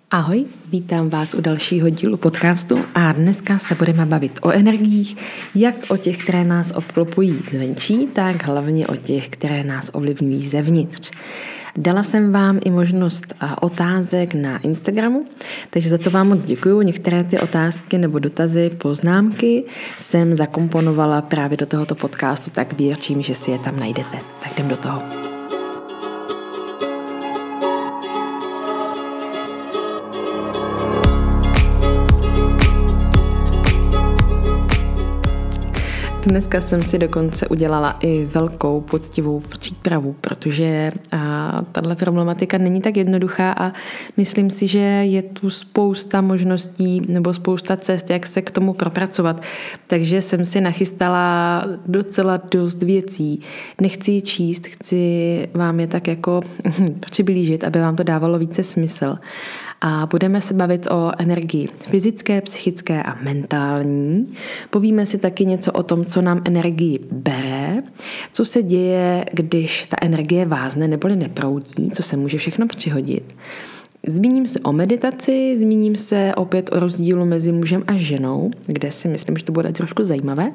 Ahoj, vítám vás u dalšího dílu podcastu a dneska se budeme bavit o energiích, jak o těch, které nás obklopují zvenčí, tak hlavně o těch, které nás ovlivňují zevnitř. Dala jsem vám i možnost otázek na Instagramu, takže za to vám moc děkuju. Některé ty otázky nebo dotazy, poznámky jsem zakomponovala právě do tohoto podcastu, tak věřím, že si je tam najdete. Tak jdem do toho. Dneska jsem si dokonce udělala i velkou poctivou přípravu, protože tahle problematika není tak jednoduchá a myslím si, že je tu spousta možností nebo spousta cest, jak se k tomu propracovat. Takže jsem si nachystala docela dost věcí. Nechci je číst, chci vám je tak jako přiblížit, aby vám to dávalo více smysl. A budeme se bavit o energii fyzické, psychické a mentální. Povíme si taky něco o tom, co nám energii bere, co se děje, když ta energie vázne neboli neproudí, co se může všechno přihodit. Zmíním se o meditaci, zmíním se opět o rozdílu mezi mužem a ženou, kde si myslím, že to bude trošku zajímavé.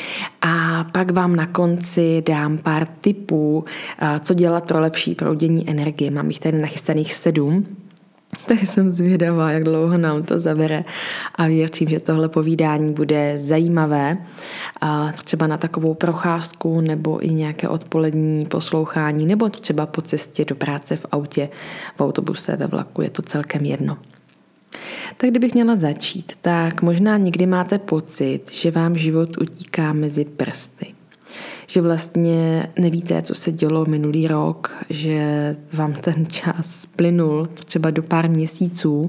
A pak vám na konci dám pár tipů, co dělat pro lepší proudění energie. Mám jich tady nachystaných 7. Tak jsem zvědavá, jak dlouho nám to zabere a věřím, že tohle povídání bude zajímavé. Třeba na takovou procházku nebo i nějaké odpolední poslouchání nebo třeba po cestě do práce v autě, v autobuse, ve vlaku, je to celkem jedno. Tak kdybych měla začít, tak možná někdy máte pocit, že vám život utíká mezi prsty. Že vlastně nevíte, co se dělo minulý rok, že vám ten čas plynul třeba do pár měsíců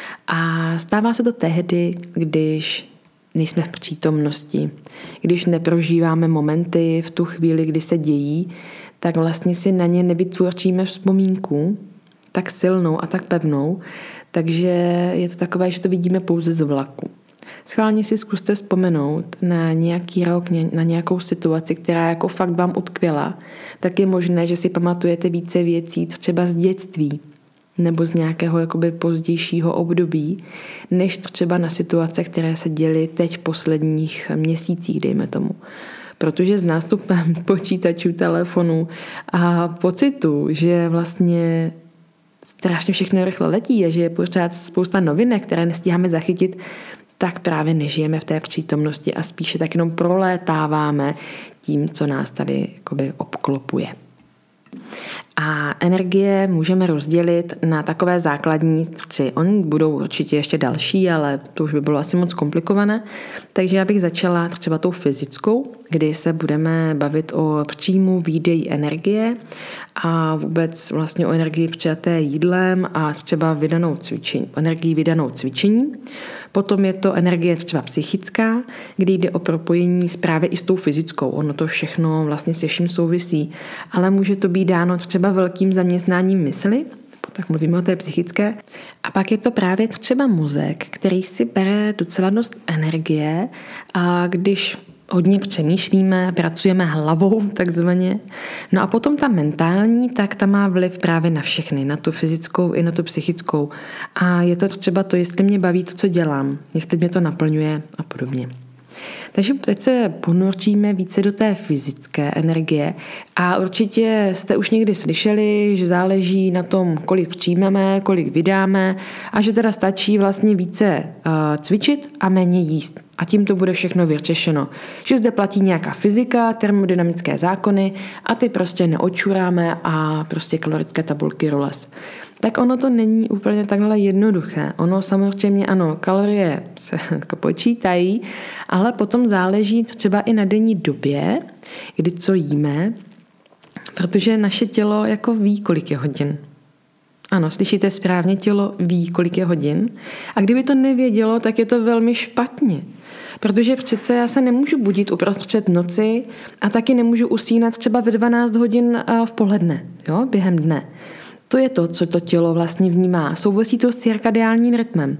a stává se to tehdy, když nejsme v přítomnosti, když neprožíváme momenty v tu chvíli, kdy se dějí, tak vlastně si na ně nevytvoříme vzpomínku tak silnou a tak pevnou, takže je to takové, že to vidíme pouze z vlaku. Schválně si zkuste vzpomenout na nějaký rok, na nějakou situaci, která jako fakt vám utkvěla. Tak je možné, že si pamatujete více věcí třeba z dětství nebo z nějakého jakoby pozdějšího období, než třeba na situace, které se děly teď v posledních měsících, dejme tomu. Protože s nástupem počítačů, telefonů a pocitu, že vlastně strašně všechno rychle letí a že je pořád spousta novinek, které nestíháme zachytit, tak právě nežijeme v té přítomnosti a spíše tak jenom prolétáváme tím, co nás tady jakoby obklopuje. A energie můžeme rozdělit na takové základní 3. Oni budou určitě ještě další, ale to už by bylo asi moc komplikované. Takže já bych začala třeba tou fyzickou, kdy se budeme bavit o příjmu, výdeji energie a vůbec vlastně o energii přijaté jídlem a třeba energii vydanou cvičení. Potom je to energie třeba psychická, kdy jde o propojení právě i s tou fyzickou. Ono to všechno vlastně se vším souvisí, ale může to být dáno třeba velkým zaměstnáním mysli, tak mluvíme o té psychické. A pak je to právě třeba mozek, který si bere docela dost energie a když hodně přemýšlíme, pracujeme hlavou takzvaně. No a potom ta mentální, tak ta má vliv právě na všechny, na tu fyzickou i na tu psychickou. A je to třeba to, jestli mě baví to, co dělám, jestli mě to naplňuje a podobně. Takže teď se ponorčíme více do té fyzické energie a určitě jste už někdy slyšeli, že záleží na tom, kolik přijmeme, kolik vydáme a že teda stačí vlastně více cvičit a méně jíst. A tím to bude všechno vyřešeno. Že zde platí nějaká fyzika, termodynamické zákony a ty prostě neočuráme a prostě kalorické tabulky roles. Tak ono to není úplně takhle jednoduché. Ono samozřejmě ano, kalorie se počítají, ale potom záleží třeba i na denní době, kdy co jíme, protože naše tělo jako ví, kolik je hodin. Ano, slyšíte správně, tělo ví, kolik je hodin. A kdyby to nevědělo, tak je to velmi špatně. Protože přece já se nemůžu budit uprostřed noci a taky nemůžu usínat třeba ve 12 hodin v poledne, jo, během dne. To je to, co to tělo vlastně vnímá. Souvisí to s cirkadiálním rytmem.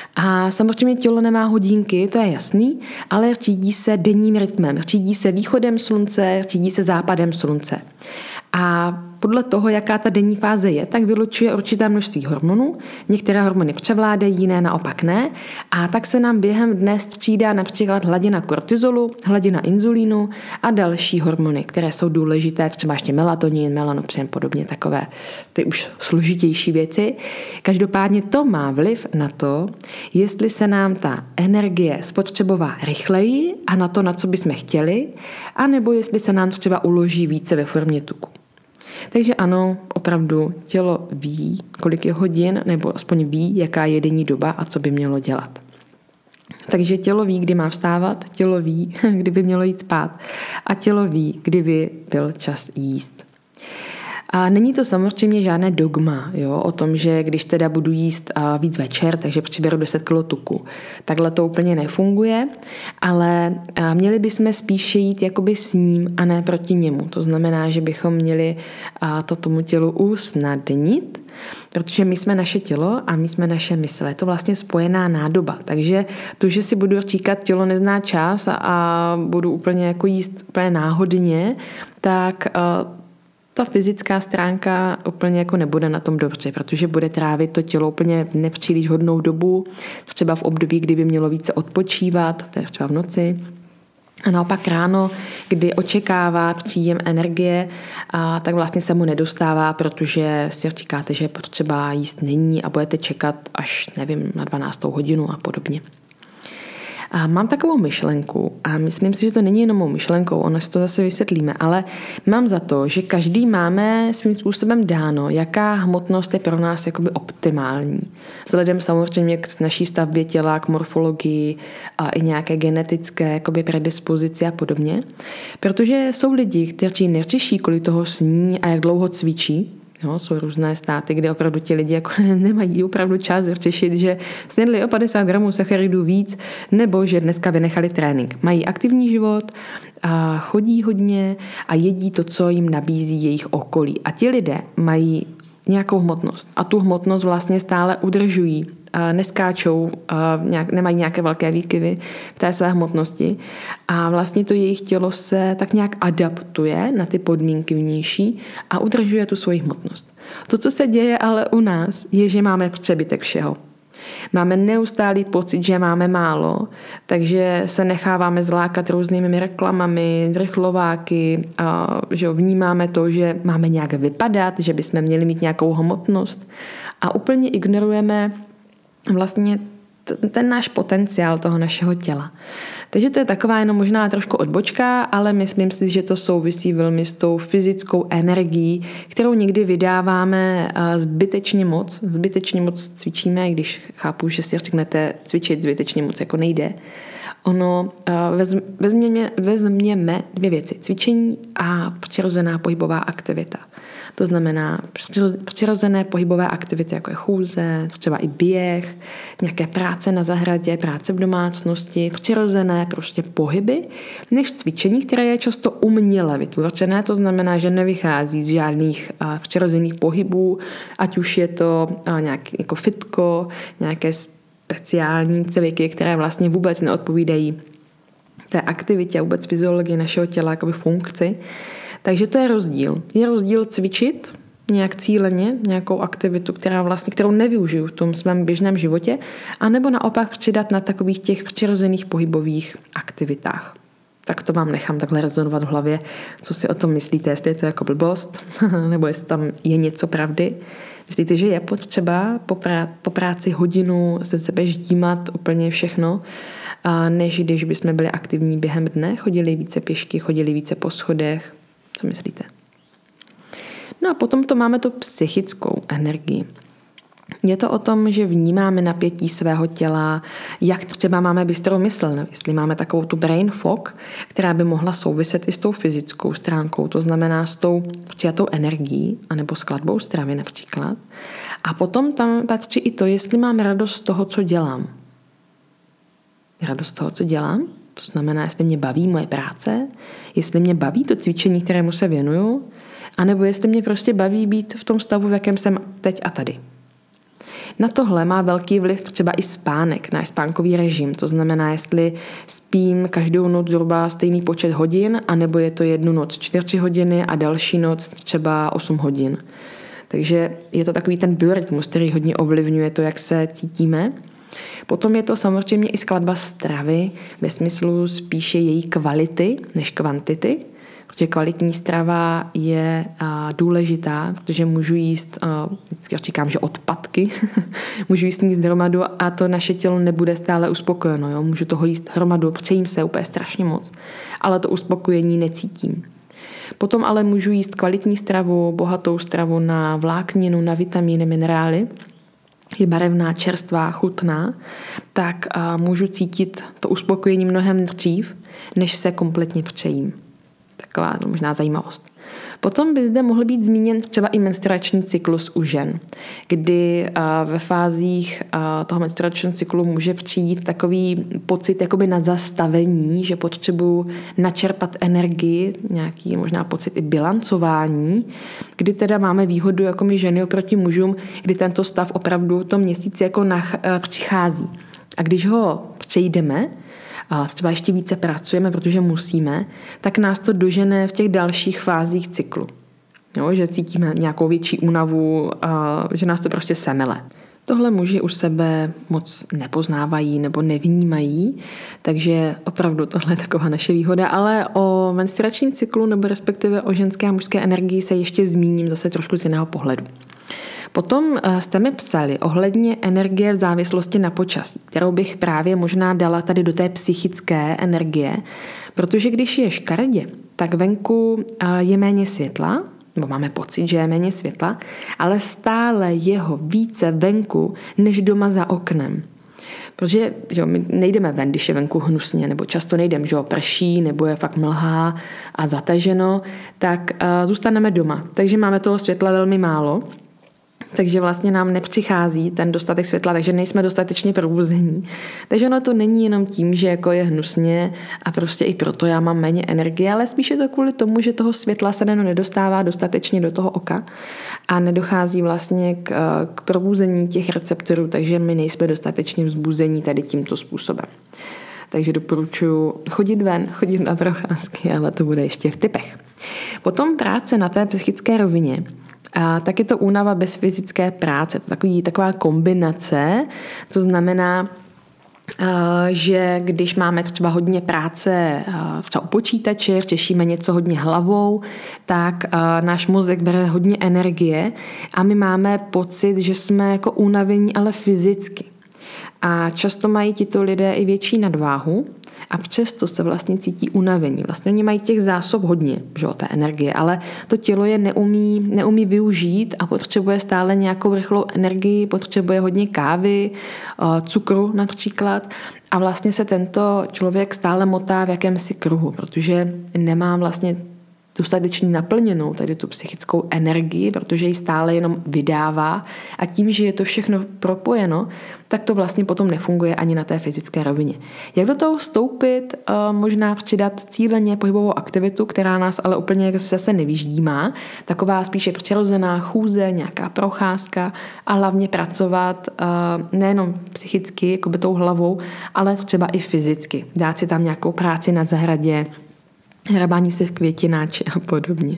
A samozřejmě tělo nemá hodinky, to je jasný, ale řídí se denním rytmem. Řídí se východem slunce, řídí se západem slunce. A podle toho, jaká ta denní fáze je, tak vylučuje určité množství hormonů. Některé hormony převládají, jiné naopak ne. A tak se nám během dne střídá například hladina kortizolu, hladina inzulínu a další hormony, které jsou důležité, třeba ještě melatonin, melanopsin, podobně takové ty už složitější věci. Každopádně to má vliv na to, jestli se nám ta energie spotřebová rychleji a na to, na co bychom chtěli, anebo jestli se nám třeba uloží více ve formě tuku. Takže ano, opravdu tělo ví, kolik je hodin, nebo aspoň ví, jaká je denní doba a co by mělo dělat. Takže tělo ví, kdy má vstávat, tělo ví, kdy by mělo jít spát a tělo ví, kdy by byl čas jíst. A není to samozřejmě žádné dogma, o tom, že když teda budu jíst víc večer, takže přiberu 10 kg tuku. Takhle to úplně nefunguje, ale měli bychom spíše jít jakoby s ním a ne proti němu. To znamená, že bychom měli to tomu tělu usnadnit, protože my jsme naše tělo a my jsme naše mysl. Je to vlastně spojená nádoba. Takže to, že si budu říkat, tělo nezná čas a budu úplně jako jíst úplně náhodně, tak ta fyzická stránka úplně jako nebude na tom dobře, protože bude trávit to tělo úplně nepříliš hodnou dobu, třeba v období, kdy by mělo více odpočívat, to je třeba v noci. A naopak ráno, kdy očekává příjem energie, tak vlastně se mu nedostává, protože si říkáte, že potřeba jíst není a budete čekat až, nevím, na 12. hodinu a podobně. A mám takovou myšlenku a myslím si, že to není jenom mou myšlenkou, ono si to zase vysvětlíme, ale mám za to, že každý máme svým způsobem dáno, jaká hmotnost je pro nás jakoby optimální. Vzhledem samozřejmě k naší stavbě těla, k morfologii a i nějaké genetické jakoby predispozici a podobně. Protože jsou lidi, kteří neřeší, kolik toho sní a jak dlouho cvičí. Jsou různé státy, kde opravdu ti lidi jako nemají opravdu čas řešit, že snědli o 50 gramů sacharidů víc, nebo že dneska vynechali trénink. Mají aktivní život, a chodí hodně a jedí to, co jim nabízí jejich okolí. A ti lidé mají nějakou hmotnost a tu hmotnost vlastně stále udržují, neskáčou, nemají nějaké velké výkyvy v té své hmotnosti a vlastně to jejich tělo se tak nějak adaptuje na ty podmínky vnější a udržuje tu svoji hmotnost. To, co se děje ale u nás, je, že máme přebytek všeho. Máme neustálý pocit, že máme málo, takže se necháváme zlákat různými reklamami, zrychlováky, že vnímáme to, že máme nějak vypadat, že bychom měli mít nějakou hmotnost a úplně ignorujeme vlastně ten náš potenciál toho našeho těla. Takže to je taková jenom možná trošku odbočka, ale myslím si, že to souvisí velmi s tou fyzickou energií, kterou někdy vydáváme zbytečně moc. Zbytečně moc cvičíme, když chápu, že si řeknete cvičit zbytečně moc jako nejde. Vezměme dvě věci. Cvičení a přirozená pohybová aktivita. To znamená přirozené pohybové aktivity, jako je chůze, třeba i běh, nějaké práce na zahradě, práce v domácnosti, přirozené prostě pohyby, než cvičení, které je často uměle vytvořené, to znamená, že nevychází z žádných přirozených pohybů, ať už je to nějaké jako fitko, nějaké speciální cviky, které vlastně vůbec neodpovídají té aktivitě a vůbec fyziologii našeho těla, jakoby funkci. Takže to je rozdíl. Je rozdíl cvičit nějak cíleně, nějakou aktivitu, kterou nevyužiju v tom svém běžném životě, anebo naopak přidat na takových těch přirozených pohybových aktivitách. Tak to vám nechám takhle rezonovat v hlavě, co si o tom myslíte, jestli je to jako blbost, nebo jestli tam je něco pravdy. Myslíte, že je potřeba po práci hodinu se sebe ždímat úplně všechno, než když bychom byli aktivní během dne, chodili více pěšky, chodili více po schodech? Co myslíte? No a potom to máme tu psychickou energii. Je to o tom, že vnímáme napětí svého těla, jak třeba máme bystrou mysl, jestli máme takovou tu brain fog, která by mohla souviset i s tou fyzickou stránkou, to znamená s tou přijatou energií, anebo skladbou stravy například. A potom tam patří i to, jestli mám radost z toho, co dělám. Radost z toho, co dělám? To znamená, jestli mě baví moje práce, jestli mě baví to cvičení, kterému se věnuju, anebo jestli mě prostě baví být v tom stavu, v jakém jsem teď a tady. Na tohle má velký vliv třeba i spánek, náš spánkový režim. To znamená, jestli spím každou noc zhruba stejný počet hodin, anebo je to jednu noc 4 hodiny a další noc třeba 8 hodin. Takže je to takový ten biorytmus, který hodně ovlivňuje to, jak se cítíme. Potom je to samozřejmě i skladba stravy ve smyslu spíše její kvality než kvantity, protože kvalitní strava je důležitá, protože můžu jíst, vždycky říkám, že odpadky, můžu jíst nic hromadu a to naše tělo nebude stále uspokojeno. Jo? Můžu toho jíst hromadu, přejím se úplně strašně moc, ale to uspokojení necítím. Potom ale můžu jíst kvalitní stravu, bohatou stravu na vlákninu, na vitamíny, minerály, je barevná, čerstvá, chutná, tak můžu cítit to uspokojení mnohem dřív, než se kompletně přejím. Taková možná zajímavost. Potom by zde mohl být zmíněn třeba i menstruační cyklus u žen, kdy ve fázích toho menstruačního cyklu může přijít takový pocit jakoby na zastavení, že potřebuju načerpat energii, nějaký možná pocit i bilancování, kdy teda máme výhodu jako my ženy oproti mužům, kdy tento stav opravdu v tom měsíci jako přichází. A když ho přejdeme, a třeba ještě více pracujeme, protože musíme, tak nás to dožene v těch dalších fázích cyklu. Jo, že cítíme nějakou větší únavu, že nás to prostě semele. Tohle muži u sebe moc nepoznávají nebo nevnímají, takže opravdu tohle je taková naše výhoda, ale o menstruačním cyklu nebo respektive o ženské a mužské energii se ještě zmíním zase trošku z jiného pohledu. Potom jste mi psali ohledně energie v závislosti na počasí, kterou bych právě možná dala tady do té psychické energie, protože když je škaredě, tak venku je méně světla, nebo máme pocit, že je méně světla, ale stále je ho více venku, než doma za oknem. Protože že my nejdeme ven, když je venku hnusně, nebo často nejdeme, že prší, nebo je fakt mlhá a zataženo, tak zůstaneme doma. Takže máme toho světla velmi málo. Takže vlastně nám nepřichází ten dostatek světla, takže nejsme dostatečně probuzení. Takže ono to není jenom tím, že jako je hnusně a prostě i proto já mám méně energie, ale spíše to kvůli tomu, že toho světla se nedostává dostatečně do toho oka a nedochází vlastně k probuzení těch receptorů, takže my nejsme dostatečně vzbuzení tady tímto způsobem. Takže doporučuji chodit ven, chodit na procházky, ale to bude ještě v tipech. Potom práce na té psychické rovině. A tak je to únava bez fyzické práce. To taková kombinace, to znamená, že když máme třeba hodně práce třeba u počítače, řešíme něco hodně hlavou, tak náš mozek bere hodně energie a my máme pocit, že jsme jako unavení, ale fyzicky. A často mají tito lidé i větší nadváhu a přesto se vlastně cítí unavení. Vlastně oni mají těch zásob hodně, že, té energie, ale to tělo je neumí využít a potřebuje stále nějakou rychlou energii, potřebuje hodně kávy, cukru například a vlastně se tento člověk stále motá v jakémsi kruhu, protože nemá vlastně dostatečně naplněnou tady tu psychickou energii, protože ji stále jenom vydává a tím, že je to všechno propojeno, tak to vlastně potom nefunguje ani na té fyzické rovině. Jak do toho vstoupit? Možná přidat cíleně pohybovou aktivitu, která nás ale úplně zase nevyždímá, taková spíše přirozená chůze, nějaká procházka a hlavně pracovat nejenom psychicky, jako by tou hlavou, ale třeba i fyzicky. Dát si tam nějakou práci na zahradě, hrabání se v květináči a podobně.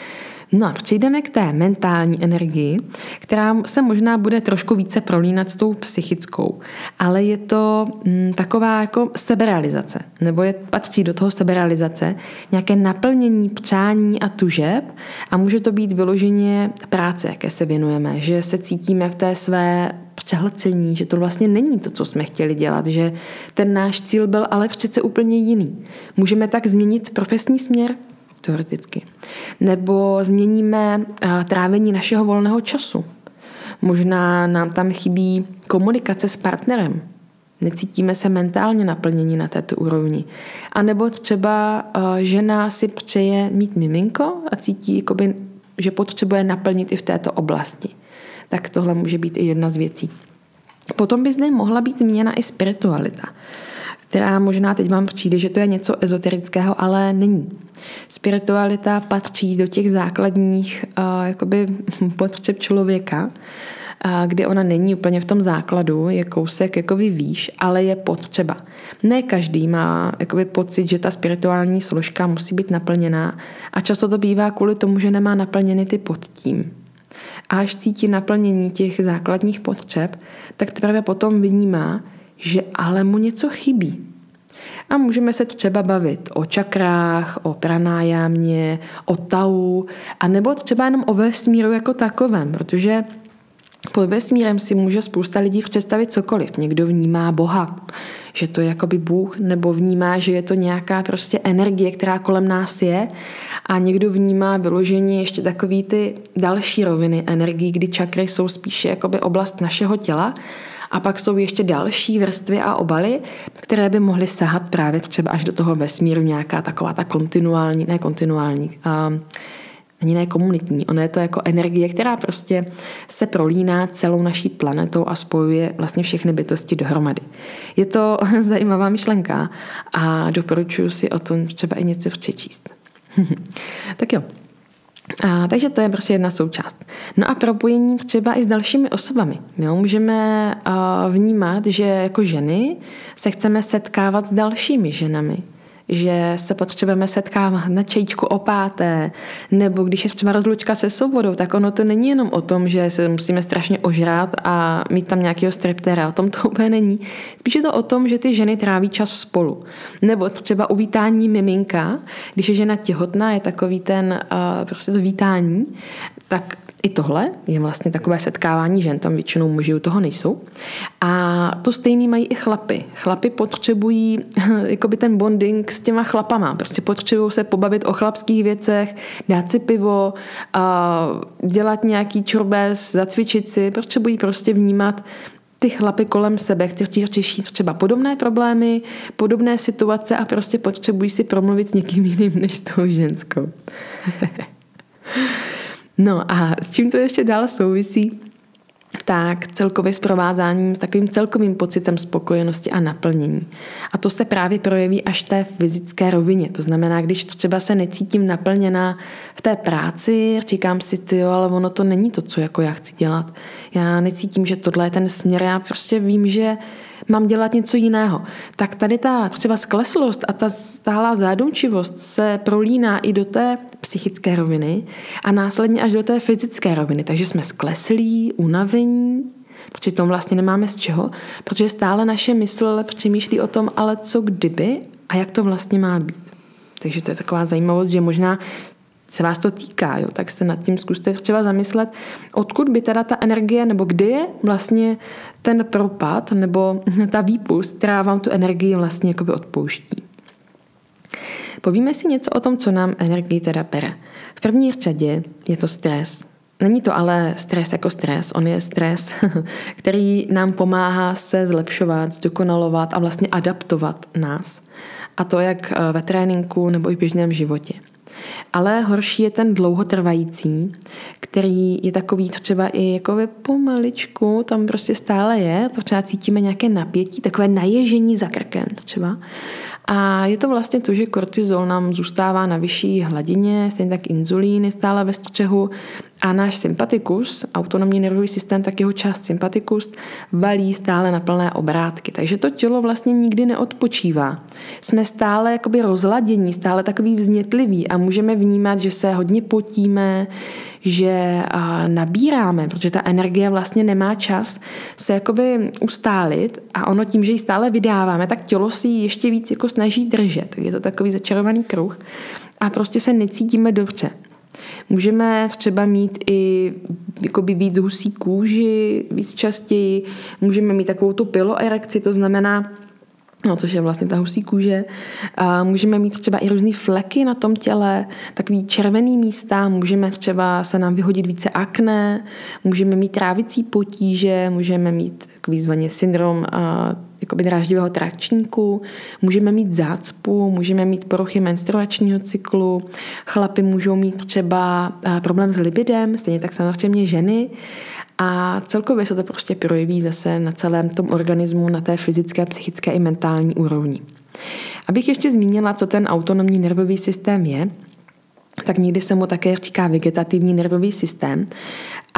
No a přejdeme k té mentální energii, která se možná bude trošku více prolínat s tou psychickou, ale je to taková jako seberealizace, nebo patří do toho seberealizace, nějaké naplnění přání a tužeb a může to být vyloženě práce, jaké se věnujeme, že se cítíme v té své přehlcení, že to vlastně není to, co jsme chtěli dělat, že ten náš cíl byl ale přece úplně jiný. Můžeme tak změnit profesní směr? Teoreticky. Nebo změníme trávení našeho volného času. Možná nám tam chybí komunikace s partnerem. Necítíme se mentálně naplnění na této úrovni. A nebo třeba žena si přeje mít miminko a cítí, jakoby, že potřebuje naplnit i v této oblasti. Tak tohle může být i jedna z věcí. Potom by zde mohla být zmíněna i spiritualita, která možná teď vám přijde, že to je něco ezoterického, ale není. Spiritualita patří do těch základních jakoby potřeb člověka kdy ona není úplně v tom základu, je kousek jakoby výš, ale je potřeba. Ne každý má jakoby pocit, že ta spirituální složka musí být naplněná a často to bývá kvůli tomu, že nemá naplněny ty pod tím. A až cítí naplnění těch základních potřeb, tak teprve potom vnímá, že ale mu něco chybí. A můžeme se třeba bavit o čakrách, o pranájámě, o tau, a nebo třeba jenom o vesmíru jako takovém, protože pod vesmírem si může spousta lidí představit cokoliv. Někdo vnímá Boha, že to je jakoby Bůh, nebo vnímá, že je to nějaká prostě energie, která kolem nás je, a někdo vnímá vyloženě ještě takový ty další roviny energií, kdy čakry jsou spíše jakoby oblast našeho těla, a pak jsou ještě další vrstvy a obaly, které by mohly sahat právě třeba až do toho vesmíru, nějaká taková ta ani ne komunitní. Ono je to jako energie, která prostě se prolíná celou naší planetou a spojuje vlastně všechny bytosti dohromady. Je to zajímavá myšlenka a doporučuji si o tom třeba i něco přečíst. Tak jo. Takže to je prostě jedna součást. No a propojení třeba i s dalšími osobami. Jo? Můžeme vnímat, že jako ženy se chceme setkávat s dalšími ženami. Že se potřebujeme setkávat na čajíčku o 5, nebo když je třeba rozlučka se svobodou, tak ono to není jenom o tom, že se musíme strašně ožrát a mít tam nějakého striptéra. O tom to úplně není. Spíš je to o tom, že ty ženy tráví čas spolu. Nebo třeba uvítání miminka, když je žena těhotná, je takový ten prostě to vítání, tak i tohle je vlastně takové setkávání žen, tam většinou muži u toho nejsou. A to stejný mají i chlapy. Chlapy potřebují jakoby ten bonding s těma chlapama. Prostě potřebují se pobavit o chlapských věcech, dát si pivo, dělat nějaký čurbes, zacvičit si. Potřebují prostě vnímat ty chlapy kolem sebe, kteří řeší třeba podobné problémy, podobné situace a prostě potřebují si promluvit s někým jiným než s tou ženskou. No a s čím to ještě dál souvisí, tak celkově s provázáním, s takovým celkovým pocitem spokojenosti a naplnění. A to se právě projeví až v té fyzické rovině. To znamená, když třeba se necítím naplněná v té práci, říkám si, ale ono to není to, co jako já chci dělat. Já necítím, že tohle je ten směr, já prostě vím, že mám dělat něco jiného. Tak tady ta třeba skleslost a ta stálá zádomčivost se prolíná i do té psychické roviny a následně až do té fyzické roviny. Takže jsme skleslí, unavení, přitom vlastně nemáme z čeho, protože stále naše mysl přemýšlí o tom, ale co kdyby a jak to vlastně má být. Takže to je taková zajímavost, že možná se vás to týká, jo, tak se nad tím zkuste třeba zamyslet, odkud by teda ta energie, nebo kde je vlastně ten propad, nebo ta výpust, která vám tu energii vlastně jakoby odpouští. Povíme si něco o tom, co nám energii teda bere. V první řadě je to stres. Není to ale stres jako stres, on je stres, který nám pomáhá se zlepšovat, zdokonalovat a vlastně adaptovat nás. A to jak ve tréninku nebo i v běžném životě. Ale horší je ten dlouhotrvající, který je takový třeba i jako pomaličku, tam prostě stále je, protože cítíme nějaké napětí, takové naježení za krkem třeba. A je to vlastně to, že kortizol nám zůstává na vyšší hladině, stejně tak inzulín je stále ve střehu a náš sympatikus, autonomní nervový systém, tak jeho část sympatikus, valí stále na plné obrátky. Takže to tělo vlastně nikdy neodpočívá. Jsme stále jakoby rozladění, stále takový vznětliví a můžeme vnímat, že se hodně potíme, že nabíráme, protože ta energie vlastně nemá čas se jakoby ustálit a ono tím, že ji stále vydáváme, tak tělo si ji ještě víc jako snaží držet. Tak je to takový začarovaný kruh a prostě se necítíme dobře. Můžeme třeba mít i jakoby víc husí kůži, víc častěji, můžeme mít takovou tu piloerekci, to znamená, což je vlastně ta husí kůže. A můžeme mít třeba i různý fleky na tom těle, takový červený místa, můžeme třeba se nám vyhodit více akné, můžeme mít trávicí potíže, můžeme mít takový zvaně syndrom jakoby dráždivého trakčníku, můžeme mít zácpu, můžeme mít poruchy menstruačního cyklu, chlapi můžou mít třeba problém s libidem, stejně tak samozřejmě ženy. A celkově se to prostě projeví zase na celém tom organismu, na té fyzické, psychické i mentální úrovni. Abych ještě zmínila, co ten autonomní nervový systém je, tak někdy se mu také říká vegetativní nervový systém.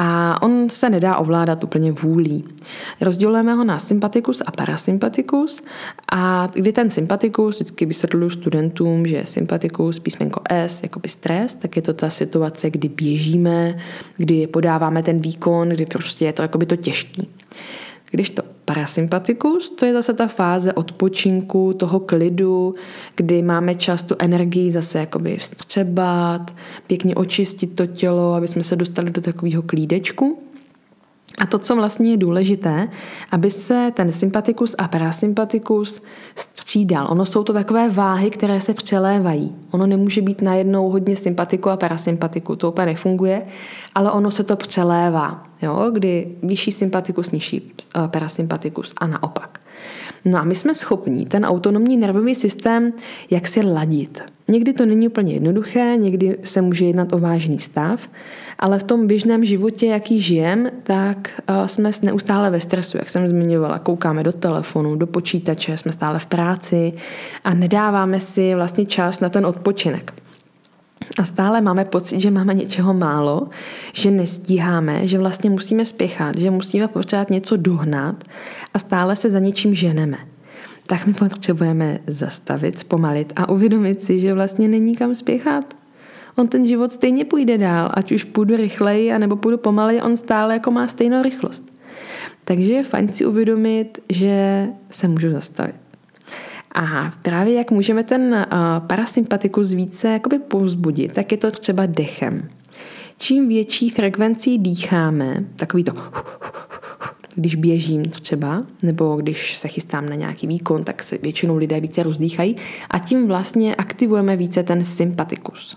A on se nedá ovládat úplně vůlí. Rozdělujeme ho na sympatikus a parasympatikus a kdy ten sympatikus, vždycky vysvětluji studentům, že sympatikus, písmenko S, jakoby stres, tak je to ta situace, kdy běžíme, kdy podáváme ten výkon, kdy prostě je to jakoby to těžký. Když to parasympatikus, to je zase ta fáze odpočinku, toho klidu, kdy máme čas tu energii zase jakoby vstřebat, pěkně očistit to tělo, aby jsme se dostali do takového klídečku. A to, co vlastně je důležité, aby se ten sympatikus a parasympatikus střídal. Ono jsou to takové váhy, které se přelévají. Ono nemůže být najednou hodně sympatiku a parasympatiku, to úplně nefunguje, ale ono se to přelévá, jo? Kdy vyšší sympatikus, nižší parasympatikus a naopak. No a my jsme schopní ten autonomní nervový systém jak si ladit. Někdy to není úplně jednoduché, někdy se může jednat o vážný stav, ale v tom běžném životě, jaký žijeme, tak jsme neustále ve stresu, jak jsem zmiňovala. Koukáme do telefonu, do počítače, jsme stále v práci a nedáváme si vlastně čas na ten odpočinek. A stále máme pocit, že máme něčeho málo, že nestíháme, že vlastně musíme spěchat, že musíme pořád něco dohnat a stále se za něčím ženeme. Tak my potřebujeme zastavit, zpomalit a uvědomit si, že vlastně není kam spěchat. On ten život stejně půjde dál, ať už půjdu rychleji, anebo půjdu pomaleji, on stále jako má stejnou rychlost. Takže je fajn si uvědomit, že se můžu zastavit. A právě jak můžeme ten parasympatikus více jakoby povzbudit, tak je to třeba dechem. Čím větší frekvencí dýcháme, takový to, když běžím třeba, nebo když se chystám na nějaký výkon, tak se většinou lidé více rozdýchají a tím vlastně aktivujeme více ten sympatikus.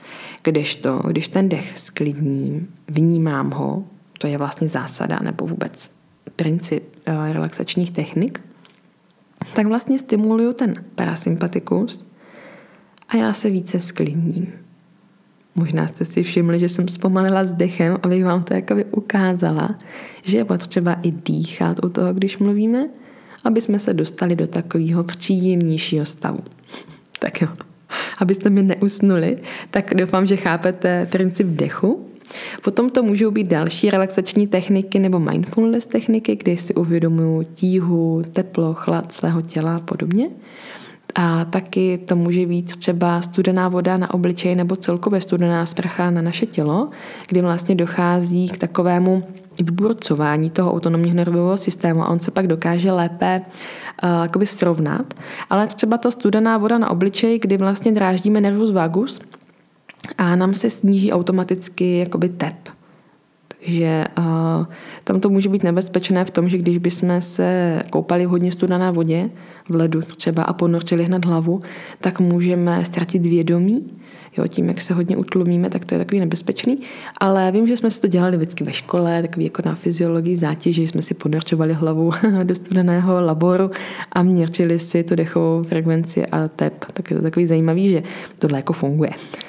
Když ten dech sklidním, vnímám ho, to je vlastně zásada nebo vůbec princip relaxačních technik, tak vlastně stimuluju ten parasympatikus a já se více sklidním. Možná jste si všimli, že jsem zpomalila s dechem, abych vám to jakoby ukázala, že je potřeba i dýchat u toho, když mluvíme, aby jsme se dostali do takového příjemnějšího stavu. Tak jo, abyste mi neusnuli, tak doufám, že chápete princip dechu. Potom to můžou být další relaxační techniky nebo mindfulness techniky, kdy si uvědomuji tíhu, teplo, chlad svého těla a podobně. A taky to může být třeba studená voda na obličej nebo celkově studená sprcha na naše tělo, kdy vlastně dochází k takovému vyburcování toho autonomního nervového systému a on se pak dokáže lépe jakoby srovnat. Ale třeba to studená voda na obličej, kdy vlastně dráždíme nervus vagus a nám se sníží automaticky jakoby tep. Takže tam to může být nebezpečné v tom, že když bychom se koupali v hodně studené vodě, v ledu třeba a ponorčili hned hlavu, tak můžeme ztratit vědomí. Jo, tím, jak se hodně utlumíme, tak to je takový nebezpečný. Ale vím, že jsme si to dělali vždycky ve škole, takový jako na fyziologii zátěže, že jsme si ponorčovali hlavu do studeného laboru a měřili si tu dechovou frekvenci a tep. Tak je to takový zajímavý, že tohle jako funguje.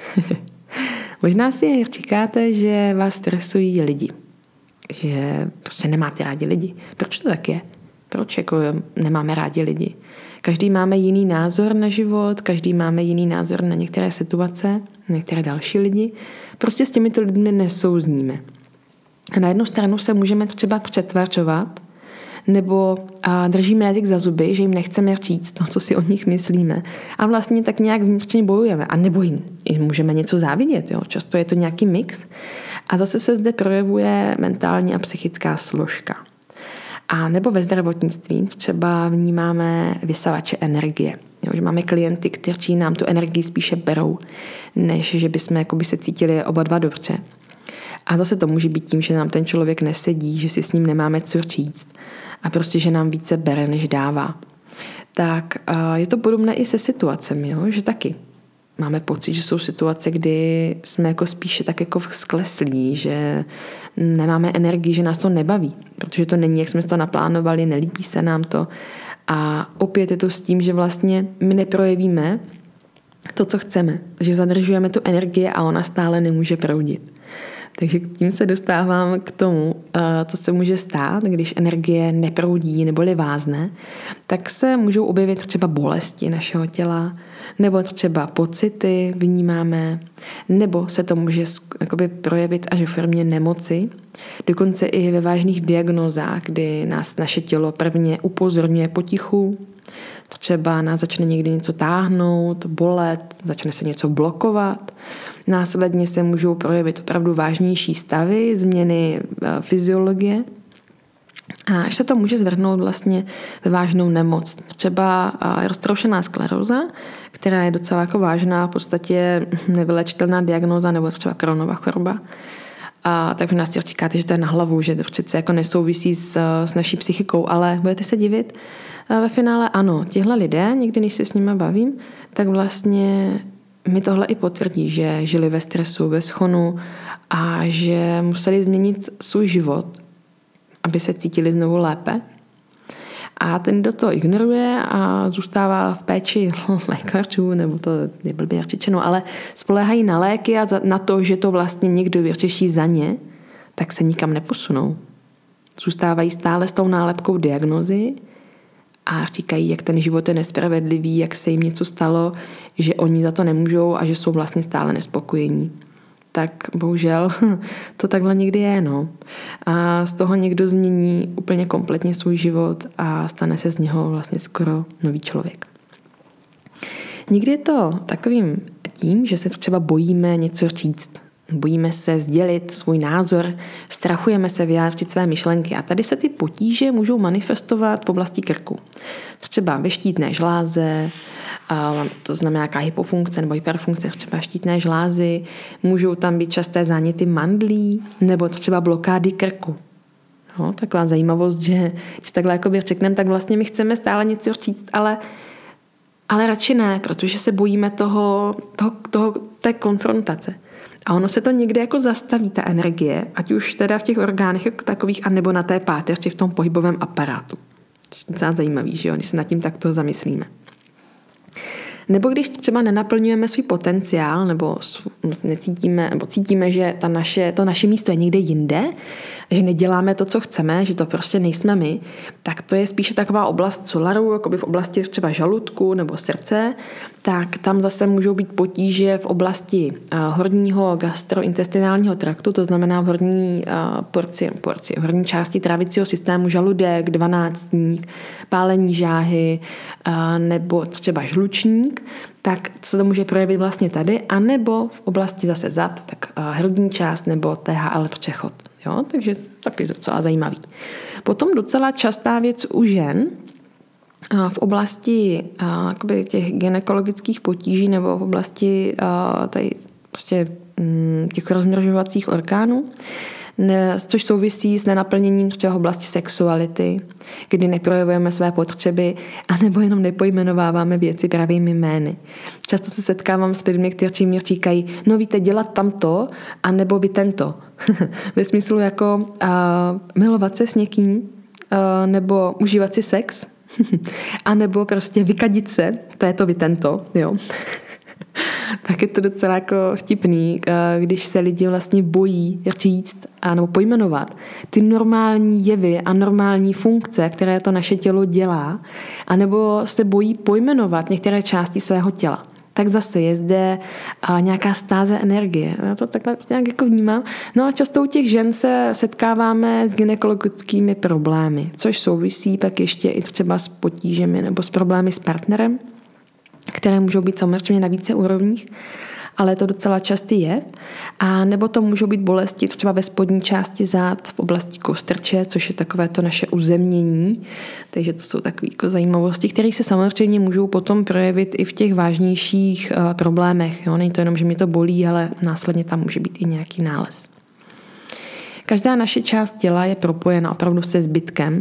Možná si říkáte, že vás stresují lidi, že prostě nemáte rádi lidi. Proč to tak je? Proč jako nemáme rádi lidi? Každý máme jiný názor na život, každý máme jiný názor na některé situace, na některé další lidi. Prostě s těmito lidmi nesouzníme. A na jednu stranu se můžeme třeba přetvařovat, nebo držíme jazyk za zuby, že jim nechceme říct to, co si o nich myslíme. A vlastně tak nějak vnitřně bojujeme. A nebo jim můžeme něco závidět. Jo? Často je to nějaký mix. A zase se zde projevuje mentální a psychická složka. A nebo ve zdravotnictví třeba vnímáme vysavače energie. Jo? Že máme klienty, kteří nám tu energii spíše berou, než že bychom jakoby se cítili oba dva dobře. A zase to může být tím, že nám ten člověk nesedí, že si s ním nemáme co říct a prostě, že nám více bere, než dává. Tak je to podobné i se situacemi, jo? Že taky máme pocit, že jsou situace, kdy jsme jako spíše tak jako skleslí, že nemáme energii, že nás to nebaví, protože to není, jak jsme to naplánovali, nelíbí se nám to. A opět je to s tím, že vlastně my neprojevíme to, co chceme, že zadržujeme tu energii a ona stále nemůže proudit. Takže tím se dostávám k tomu, co se může stát, když energie neproudí neboli vázne, tak se můžou objevit třeba bolesti našeho těla, nebo třeba pocity vnímáme, nebo se to může projevit až v formě nemoci, dokonce i ve vážných diagnózách, kdy nás naše tělo prvně upozorňuje potichu, třeba nás začne někdy něco táhnout, bolet, začne se něco blokovat. Následně se můžou projevit opravdu vážnější stavy, změny fyziologie. A až se to může zvrhnout vlastně ve vážnou nemoc. Třeba roztroušená skleróza, která je docela jako vážná, v podstatě nevylečitelná diagnóza, nebo třeba Crohnova choroba. Takže nás říkáte, že to je na hlavu, že to přece jako nesouvisí s naší psychikou, ale budete se divit. Ve finále ano, tihle lidé, někdy když se s nimi bavím, tak vlastně mi tohle i potvrdí, že žili ve stresu, ve schonu a že museli změnit svůj život, aby se cítili znovu lépe. A ten, kdo to ignoruje a zůstává v péči lékařů, nebo to je blbě řečeno, ale spoléhají na léky a na to, že to vlastně někdo vyřeší za ně, tak se nikam neposunou. Zůstávají stále s tou nálepkou diagnózy a říkají, jak ten život je nespravedlivý, jak se jim něco stalo, že oni za to nemůžou a že jsou vlastně stále nespokojení. Tak bohužel to takhle někdy je, no. A z toho někdo změní úplně kompletně svůj život a stane se z něho vlastně skoro nový člověk. Někdy je to takovým tím, že se třeba bojíme něco říct. Bojíme se sdělit svůj názor, strachujeme se vyjádřit své myšlenky a tady se ty potíže můžou manifestovat v oblasti krku. Třeba ve štítné žláze, to znamená nějaká hypofunkce nebo hyperfunkce, třeba štítné žlázy, můžou tam být časté záněty mandlí nebo třeba blokády krku. No, taková zajímavost, že když takhle jakoby řekneme, tak vlastně my chceme stále něco říct, ale radši ne, protože se bojíme té konfrontace. A ono se to někde jako zastaví, ta energie, ať už teda v těch orgánech jako takových, anebo na té páteři v tom pohybovém aparátu. To je docela zajímavý, že jo, když se nad tím takto zamyslíme. Nebo když třeba nenaplňujeme svůj potenciál, nebo necítíme, nebo cítíme, že to naše místo je někde jinde, že neděláme to, co chceme, že to prostě nejsme my, tak to je spíše taková oblast solaru, jakoby v oblasti třeba žaludku nebo srdce, tak tam zase můžou být potíže v oblasti horního gastrointestinálního traktu, to znamená v horní horní části trávicího systému, žaludek, dvanáctník, pálení žáhy nebo třeba žlučník, tak se to může projevit vlastně tady, anebo v oblasti zase zad, tak hrudní část nebo THL přechod. Jo? Takže taky docela zajímavý. Potom docela častá věc u žen v oblasti těch gynekologických potíží nebo v oblasti tady prostě těch rozmnožovacích orgánů, což souvisí s nenaplněním třeba v oblasti sexuality, kdy neprojevujeme své potřeby anebo jenom nepojmenováváme věci pravými jmény. Často se setkávám s lidmi, kteří mi říkají, no víte, dělat tamto, anebo vy tento. Ve smyslu jako milovat se s někým, nebo užívat si sex, anebo prostě vykadit se, to je to vy tento, jo. Tak je to docela jako vtipný, když se lidi vlastně bojí říct nebo pojmenovat ty normální jevy a normální funkce, které to naše tělo dělá, anebo se bojí pojmenovat některé části svého těla. Tak zase je zde nějaká stáze energie. Já to takhle nějak jako vnímám. No a často u těch žen se setkáváme s gynekologickými problémy, což souvisí pak ještě i třeba s potížemi nebo s problémy s partnerem, které můžou být samozřejmě na více úrovních, ale to docela častý je. A nebo to můžou být bolesti třeba ve spodní části zád v oblasti kostrče, což je takové to naše uzemnění. Takže to jsou takové jako zajímavosti, které se samozřejmě můžou potom projevit i v těch vážnějších problémech. Jo? Není to jenom, že mě to bolí, ale následně tam může být i nějaký nález. Každá naše část těla je propojena opravdu se zbytkem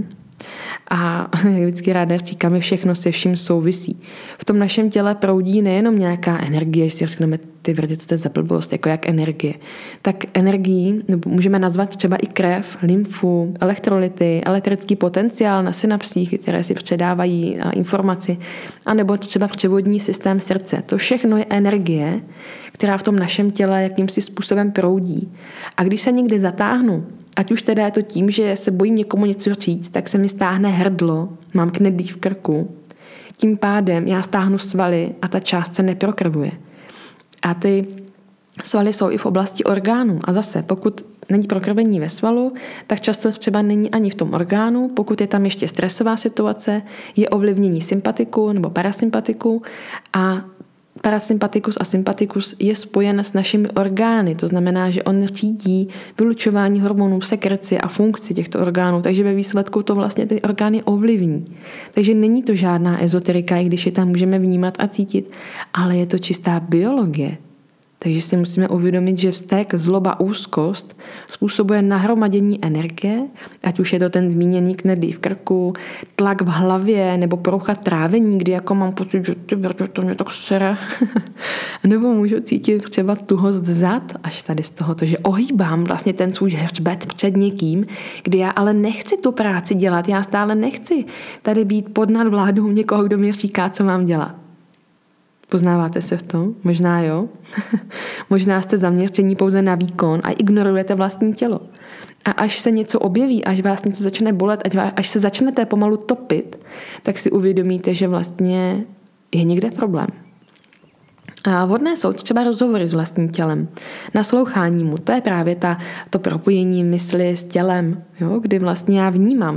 A jak vždycky ráda říkáme, všechno se vším souvisí. V tom našem těle proudí nejenom nějaká energie, že si řekneme, ty vrdě, co to je za blbost, jako jak energie. Tak energií můžeme nazvat třeba i krev, lymfu, elektrolyty, elektrický potenciál na synapsích, které si předávají informaci, anebo třeba převodní systém srdce. To všechno je energie, která v tom našem těle jakýmsi způsobem proudí. A když se někdy zatáhnu, ať už teda je to tím, že se bojím někomu něco říct, tak se mi stáhne hrdlo, mám knedlí v krku. Tím pádem já stáhnu svaly a ta část se neprokrvuje. A ty svaly jsou i v oblasti orgánů. A zase, pokud není prokrvení ve svalu, tak často třeba není ani v tom orgánu. Pokud je tam ještě stresová situace, je ovlivnění sympatiku nebo parasympatiku a parasympatikus a sympatikus je spojen s našimi orgány. To znamená, že on řídí vylučování hormonů, sekreci a funkci těchto orgánů, takže ve výsledku to vlastně ty orgány ovlivní. Takže není to žádná ezoterika, i když je tam můžeme vnímat a cítit, ale je to čistá biologie. Takže si musíme uvědomit, že vztek, zloba, úzkost způsobuje nahromadění energie, ať už je to ten zmíněný knedlí v krku, tlak v hlavě nebo porucha trávení, kdy jako mám pocit, že to mě tak sere. Nebo můžu cítit třeba tuhost zad až tady z toho, že ohýbám vlastně ten svůj hřbet před někým, kdy já ale nechci tu práci dělat, já stále nechci tady být pod nadvládou někoho, kdo mi říká, co mám dělat. Poznáváte se v tom? Možná jo. Možná jste zaměření pouze na výkon a ignorujete vlastní tělo. A až se něco objeví, až vás něco začne bolet, až se začnete pomalu topit, tak si uvědomíte, že vlastně je někde problém. A vhodné jsou třeba rozhovory s vlastním tělem. Naslouchání mu, to je právě to propojení mysli s tělem, jo? Kdy vlastně já vnímám,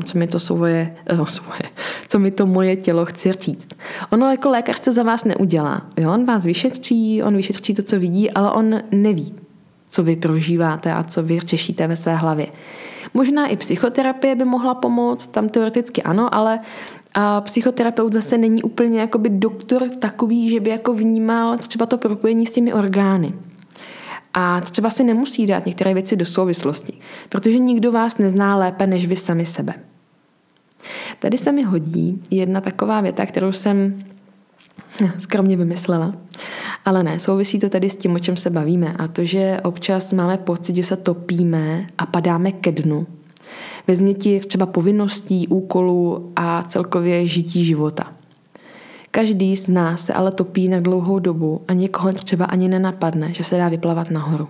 co mi to moje tělo chce říct. Ono jako lékař to za vás neudělá. Jo? On vás vyšetří to, co vidí, ale on neví, co vy prožíváte a co vy řešíte ve své hlavě. Možná i psychoterapie by mohla pomoct, tam teoreticky ano, ale a psychoterapeut zase není úplně jakoby doktor takový, že by jako vnímal třeba to propojení s těmi orgány. A třeba si nemusí dát některé věci do souvislosti, protože nikdo vás nezná lépe než vy sami sebe. Tady se mi hodí jedna taková věta, kterou jsem skromně vymyslela. Ale ne, souvisí to tady s tím, o čem se bavíme. A to, že občas máme pocit, že se topíme a padáme ke dnu. Ve změti třeba povinností, úkolů a celkově žití života. Každý z nás se ale topí na dlouhou dobu a někoho třeba ani nenapadne, že se dá vyplavat nahoru.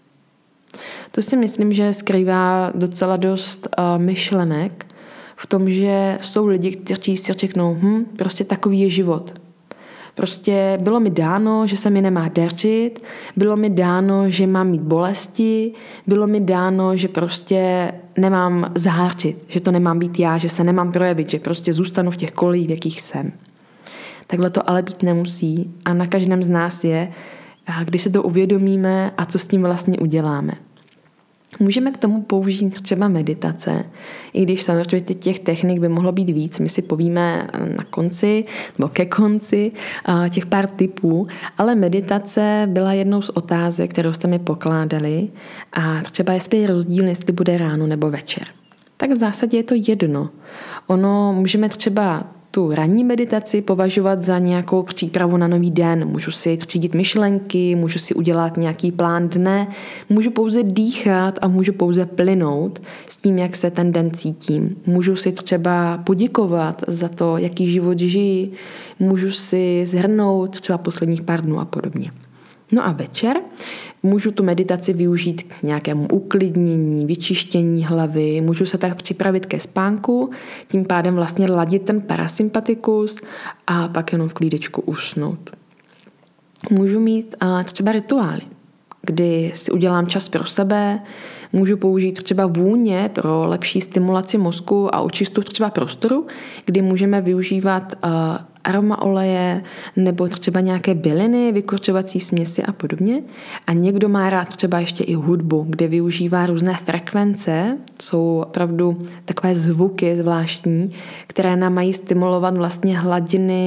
To si myslím, že skrývá docela dost myšlenek v tom, že jsou lidi, kteří si řeknou, prostě takový je život. Prostě bylo mi dáno, že se mi nemá dařit, bylo mi dáno, že mám mít bolesti, bylo mi dáno, že prostě nemám zářit, že to nemám být já, že se nemám projevit, že prostě zůstanu v těch kolejích, v jakých jsem. Takhle to ale být nemusí a na každém z nás je, když se to uvědomíme a co s tím vlastně uděláme. Můžeme k tomu použít třeba meditace, i když samozřejmě těch technik by mohlo být víc. My si povíme na konci, nebo ke konci těch pár tipů, ale meditace byla jednou z otázek, kterou jste mi pokládali a třeba jestli je rozdíl, jestli bude ráno nebo večer. Tak v zásadě je to jedno. Můžeme třeba tu ranní meditaci považovat za nějakou přípravu na nový den. Můžu si třídit myšlenky, můžu si udělat nějaký plán dne, můžu pouze dýchat a můžu pouze plynout s tím, jak se ten den cítím. Můžu si třeba poděkovat za to, jaký život žiji, můžu si shrnout třeba posledních pár dnů a podobně. No a večer můžu tu meditaci využít k nějakému uklidnění, vyčištění hlavy, můžu se tak připravit ke spánku, tím pádem vlastně ladit ten parasympatikus a pak jenom v klídečku usnout. Můžu mít třeba rituály, kdy si udělám čas pro sebe, můžu použít třeba vůně pro lepší stimulaci mozku a očistu třeba prostoru, kdy můžeme využívat aroma oleje nebo třeba nějaké byliny, vykurčovací směsi a podobně. A někdo má rád třeba ještě i hudbu, kde využívá různé frekvence, jsou opravdu takové zvuky zvláštní, které nám mají stimulovat vlastně hladiny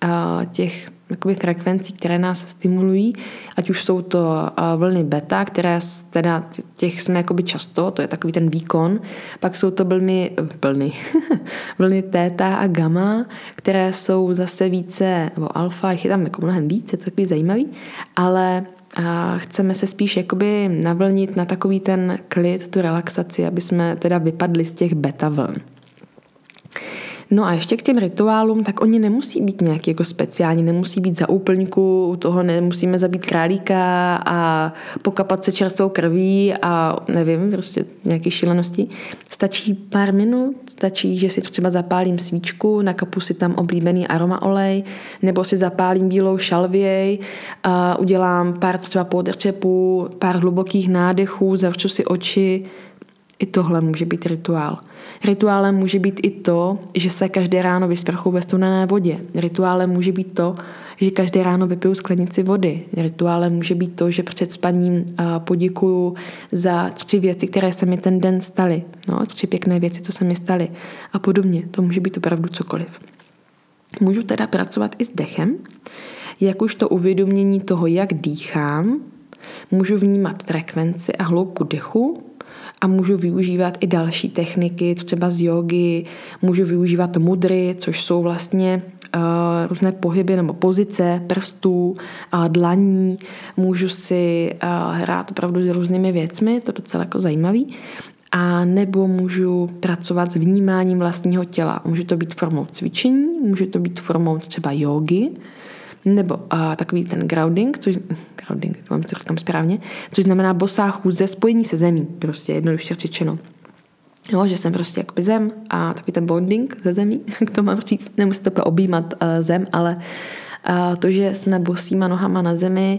těch jakoby frekvencí, které nás stimulují, ať už jsou to vlny beta, které teda těch jsme jakoby často, to je takový ten výkon, pak jsou to vlny theta a gamma, které jsou zase více, nebo alfa, jich je tam jako mnohem víc, je to takový zajímavý, ale chceme se spíš jakoby navlnit na takový ten klid, tu relaxaci, aby jsme teda vypadli z těch beta vln. No a ještě k těm rituálům, tak oni nemusí být nějaký jako speciální, nemusí být za úplňku, u toho nemusíme zabít králíka a pokapat se čerstvou krví a nevím, prostě nějaké šílenosti. Stačí pár minut, stačí, že si třeba zapálím svíčku, nakapu si tam oblíbený aroma olej, nebo si zapálím bílou šalvěj, a udělám pár třeba podrčepů, pár hlubokých nádechů, zavřu si oči. I tohle může být rituál. Rituálem může být i to, že se každé ráno vysprchuju ve studené vodě. Rituálem může být to, že každé ráno vypiju sklenici vody. Rituálem může být to, že před spaním poděkuju za 3 věci, které se mi ten den staly. 3 pěkné věci, co se mi staly. A podobně. To může být opravdu cokoliv. Můžu teda pracovat i s dechem, jak už to uvědomění toho, jak dýchám. Můžu vnímat frekvenci a hloubku dechu, a můžu využívat i další techniky, třeba z jógy, můžu využívat mudry, což jsou vlastně různé pohyby nebo pozice prstů, dlaní, můžu si hrát opravdu s různými věcmi, to je docela jako zajímavý, a nebo můžu pracovat s vnímáním vlastního těla. Může to být formou cvičení, může to být formou třeba jógy, nebo takový ten grounding, vám to říkám správně, což znamená bosá chůze, spojení se zemí, prostě jednoduše řečeno. Jo, že jsem prostě jakoby zem a takový ten bonding ze zemí, jak to mám říct, nemusíte to objímat zem, ale to, že jsme bosýma nohama na zemi,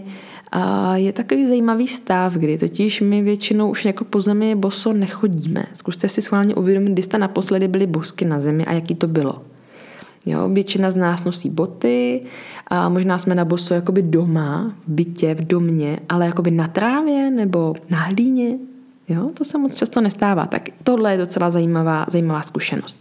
je takový zajímavý stav, kdy totiž my většinou už jako po zemi boso nechodíme. Zkuste si schválně uvědomit, kdy jste naposledy byli bosky na zemi a jaký to bylo. Jo, většina z nás nosí boty a možná jsme na boso jakoby doma, v bytě, v domě, ale jakoby na trávě nebo na hlíně. Jo, to se moc často nestává. Tak tohle je docela zajímavá zkušenost.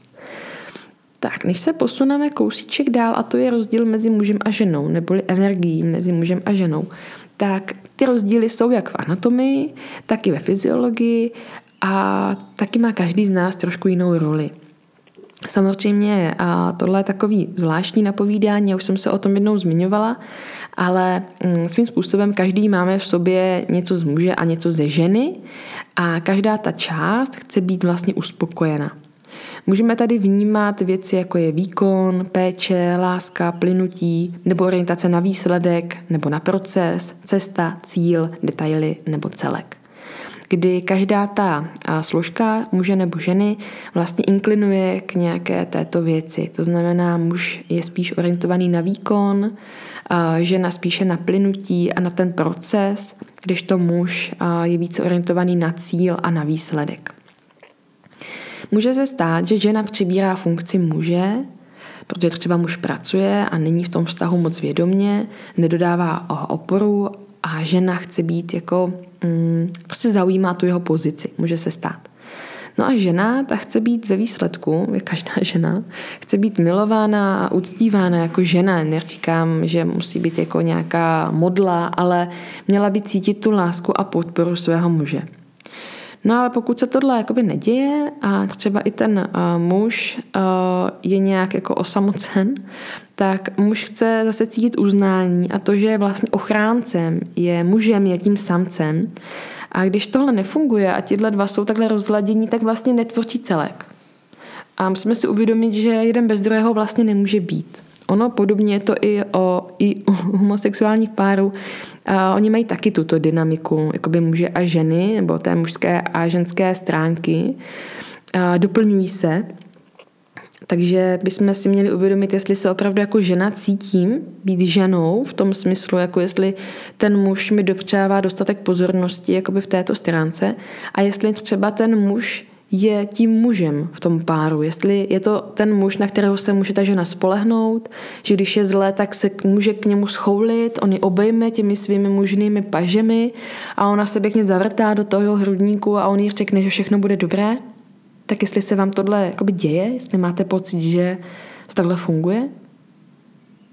Tak, než se posuneme kousíček dál, a to je rozdíl mezi mužem a ženou, neboli energií mezi mužem a ženou, tak ty rozdíly jsou jak v anatomii, tak i ve fyziologii a taky má každý z nás trošku jinou roli. Samozřejmě tohle je takový zvláštní napovídání, já už jsem se o tom jednou zmiňovala, ale svým způsobem každý máme v sobě něco z muže a něco ze ženy a každá ta část chce být vlastně uspokojena. Můžeme tady vnímat věci, jako je výkon, péče, láska, plynutí, nebo orientace na výsledek, nebo na proces, cesta, cíl, detaily nebo celek. Kdy každá ta složka muže nebo ženy vlastně inklinuje k nějaké této věci. To znamená, muž je spíš orientovaný na výkon, žena spíše na plynutí a na ten proces, kdežto muž je více orientovaný na cíl a na výsledek. Může se stát, že žena přibírá funkci muže, protože třeba muž pracuje a není v tom vztahu moc vědomě, nedodává oporu a žena chce být jako, prostě zaujímá tu jeho pozici, může se stát. No a žena, ta chce být ve výsledku, každá žena, chce být milována a uctívána jako žena. Neříkám, že musí být jako nějaká modla, ale měla by cítit tu lásku a podporu svého muže. No ale pokud se tohle jakoby neděje a třeba i ten muž je nějak jako osamocen, tak muž chce zase cítit uznání a to, že je vlastně ochráncem, je mužem, je tím samcem. A když tohle nefunguje a tyhle dva jsou takhle rozladění, tak vlastně netvoří celek. A musíme si uvědomit, že jeden bez druhého vlastně nemůže být. Ono podobně je to i u homosexuálních párů. Oni mají taky tuto dynamiku, jakoby muže a ženy, nebo té mužské a ženské stránky. Doplňují se. Takže bychom si měli uvědomit, jestli se opravdu jako žena cítím být ženou, v tom smyslu, jako jestli ten muž mi dopřává dostatek pozornosti jakoby v této stránce a jestli třeba ten muž je tím mužem v tom páru, jestli je to ten muž, na kterého se může ta žena spolehnout, že když je zlé, tak se může k němu schoulit, on ji obejme těmi svými mužnými pažemi a ona se pěkně zavrtá do toho hrudníku a on jí řekne, že všechno bude dobré. Tak jestli se vám tohle jakoby děje, jestli máte pocit, že to takhle funguje.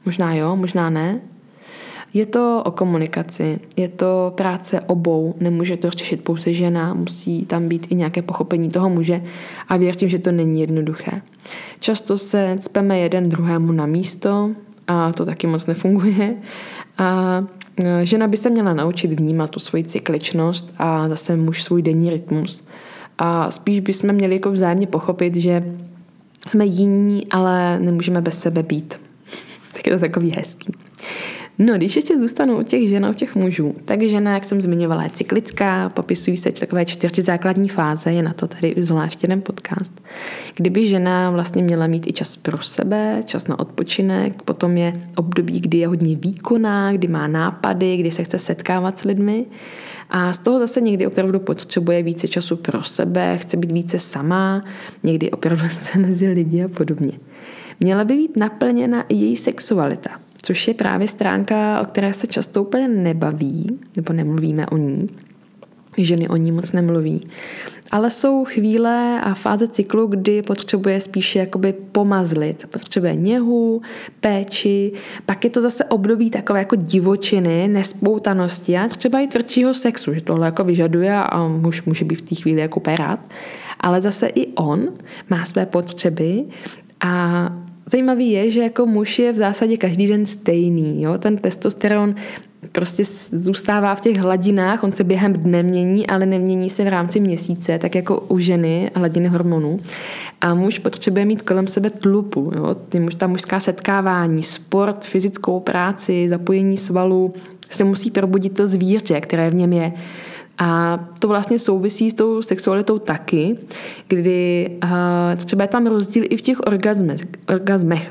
Možná jo, možná ne. Je to o komunikaci, je to práce obou, nemůže to řešit pouze žena, musí tam být i nějaké pochopení toho muže a věřím, že to není jednoduché. Často se cpeme jeden druhému na místo a to taky moc nefunguje. A žena by se měla naučit vnímat tu svoji cykličnost a zase muž svůj denní rytmus. A spíš bychom měli jako vzájemně pochopit, že jsme jiní, ale nemůžeme bez sebe být. Tak je to takový hezký. No, když ještě zůstanu u těch žen a u těch mužů, tak žena, jak jsem zmiňovala, je cyklická, popisují se takové 4 základní fáze, je na to tady zvlášť jeden podcast. Kdyby žena vlastně měla mít i čas pro sebe, čas na odpočinek, potom je období, kdy je hodně výkonná, kdy má nápady, kdy se chce setkávat s lidmi a z toho zase někdy opravdu potřebuje více času pro sebe, chce být více sama, někdy opravdu chce mezi lidi a podobně. Měla by být naplněna i její sexualita, což je právě stránka, o které se často úplně nebaví, nebo nemluvíme o ní. Ženy o ní moc nemluví. Ale jsou chvíle a fáze cyklu, kdy potřebuje spíše jakoby pomazlit. Potřebuje něhu, péči, pak je to zase období takové jako divočiny, nespoutanosti a třeba i tvrdšího sexu, že tohle jako vyžaduje a muž může být v té chvíli jako rád. Ale zase i on má své potřeby a zajímavý je, že jako muž je v zásadě každý den stejný. Jo? Ten testosteron prostě zůstává v těch hladinách, on se během dne mění, ale nemění se v rámci měsíce, tak jako u ženy hladiny hormonů. A muž potřebuje mít kolem sebe tlupu. Jo? Ta mužská setkávání, sport, fyzickou práci, zapojení svalů, se musí probudit to zvíře, které v něm je. A to vlastně souvisí s tou sexualitou taky, kdy třeba je tam rozdíl i v těch orgazmech,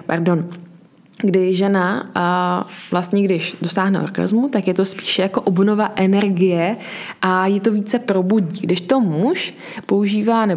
kdy žena vlastně, když dosáhne orgazmu, tak je to spíše jako obnova energie a je to více probudí. Když to muž používá,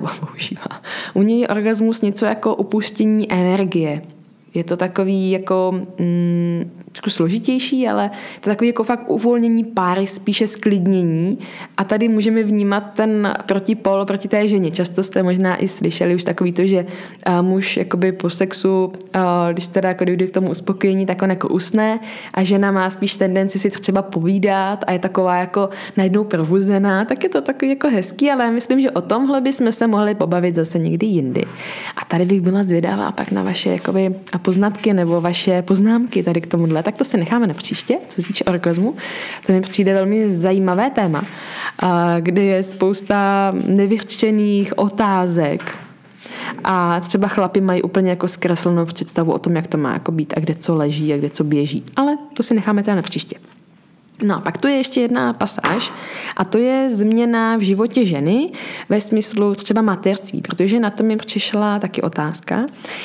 u něj je orgasmus něco jako opuštění energie. Je to takový jako trošku složitější, ale to takový jako fakt uvolnění páry, spíše sklidnění. A tady můžeme vnímat ten protipol proti té ženě. Často jste možná i slyšeli už takový to, že muž jakoby po sexu, když teda jako dojde k tomu uspokojení, tak on jako usne a žena má spíš tendenci si třeba povídat a je taková jako najednou probuzená. Tak je to takový jako hezký, ale myslím, že o tomhle bychom se mohli pobavit zase někdy jindy. A tady bych byla zvědavá pak na vaše jakoby poznatky nebo vaše poznámky tady k tomuhle, tak to si necháme na příště, co se týče orgazmu. To mi přijde velmi zajímavé téma, kde je spousta nevyřčených otázek a třeba chlapi mají úplně jako zkreslenou představu o tom, jak to má jako být a kde co leží a kde co běží. Ale to si necháme teda na příště. No a pak tu je ještě jedna pasáž a to je změna v životě ženy ve smyslu třeba mateřství, protože na to mi přišla taky otázka,